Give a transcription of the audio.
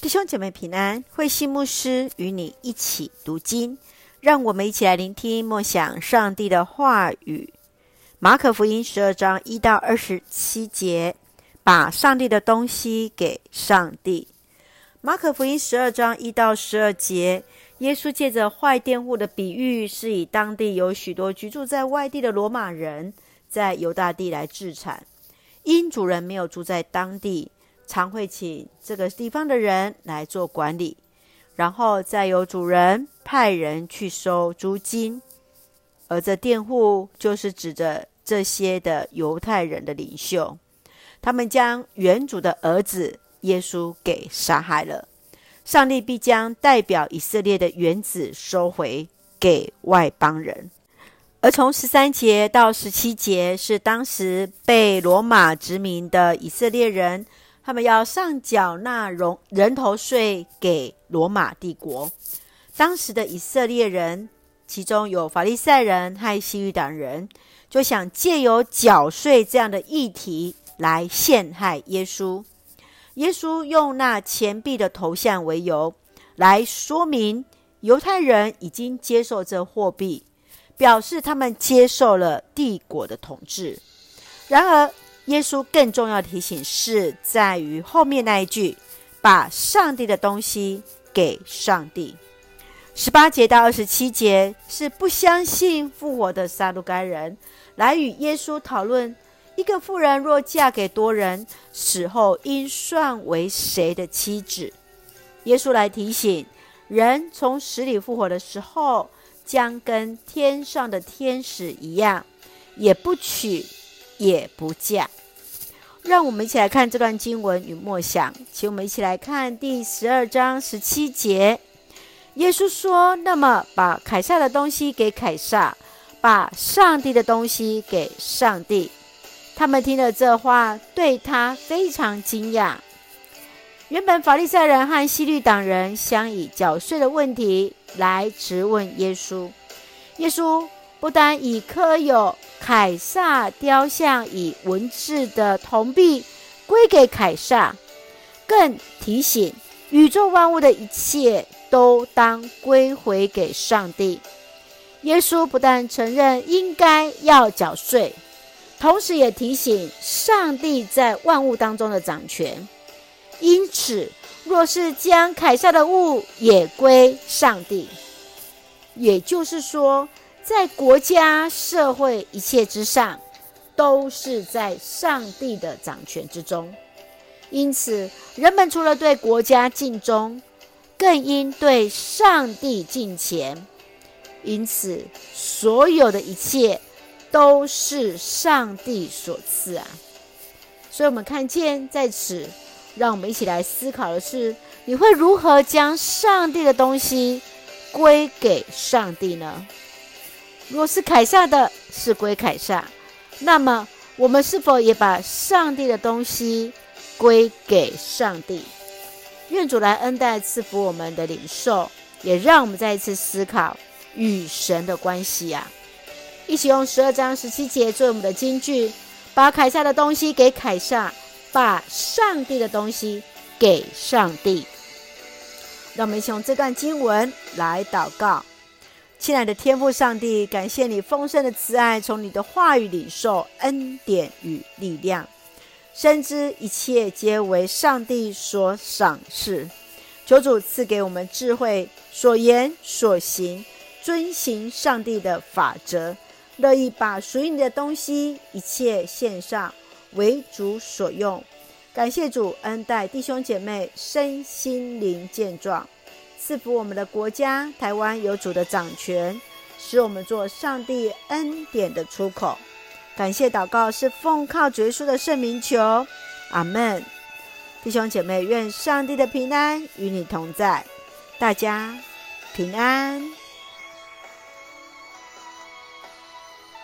弟兄姐妹平安，慧馨牧师与你一起读经，让我们一起来聆听默想上帝的话语。马可福音12章1到27节，把上帝的东西给上帝。马可福音12章1到12节，耶稣借着坏佃户的比喻，是以当地有许多居住在外地的罗马人在犹大地来置产，因主人没有住在当地，常会请这个地方的人来做管理，然后再由主人派人去收租金。而这佃户就是指着这些的犹太人的领袖，他们将原主的儿子耶稣给杀害了。上帝必将代表以色列的原子收回给外邦人。而从13节到17节是当时被罗马殖民的以色列人，他们要上缴纳人头税给罗马帝国。当时的以色列人，其中有法利赛人和希律党人，就想借由缴税这样的议题来陷害耶稣。耶稣用那钱币的头像为由，来说明犹太人已经接受这货币，表示他们接受了帝国的统治。然而耶稣更重要的提醒是在于后面那一句，把上帝的东西给上帝。18节到27节是不相信复活的撒都该人来与耶稣讨论，一个妇人若嫁给多人，死后应算为谁的妻子。耶稣来提醒，人从死里复活的时候，将跟天上的天使一样，也不娶也不嫁。让我们一起来看这段经文与默想，请我们一起来看第12章17节。耶稣说，那么把凯撒的东西给凯撒，把上帝的东西给上帝。他们听了这话，对他非常惊讶。原本法利赛人和希律党人想以缴税的问题来质问耶稣。耶稣不但以刻有凯撒雕像以文字的铜币归给凯撒，更提醒宇宙万物的一切都当归回给上帝。耶稣不但承认应该要缴税，同时也提醒上帝在万物当中的掌权。因此若是将凯撒的物也归上帝，也就是说在国家社会一切之上，都是在上帝的掌权之中。因此人们除了对国家尽忠，更应对上帝敬虔。因此所有的一切都是上帝所赐啊。所以我们看见在此，让我们一起来思考的是，你会如何将上帝的东西归给上帝呢？若是凯撒的，是归凯撒，那么我们是否也把上帝的东西归给上帝？愿主来恩待赐福我们的领受，也让我们再一次思考与神的关系啊。一起用12章17节做我们的金句，把凯撒的东西给凯撒，把上帝的东西给上帝。让我们一起用这段经文来祷告。亲爱的天父上帝，感谢你丰盛的慈爱，从你的话语里受恩典与力量，深知一切皆为上帝所赏赐。求主赐给我们智慧，所言所行遵行上帝的法则，乐意把属于你的东西一切献上，为主所用。感谢主恩待弟兄姐妹身心灵健壮，赐福我们的国家台湾有主的掌权，使我们做上帝恩典的出口。感谢祷告是奉靠主耶稣的圣名求，阿们。弟兄姐妹，愿上帝的平安与你同在，大家平安。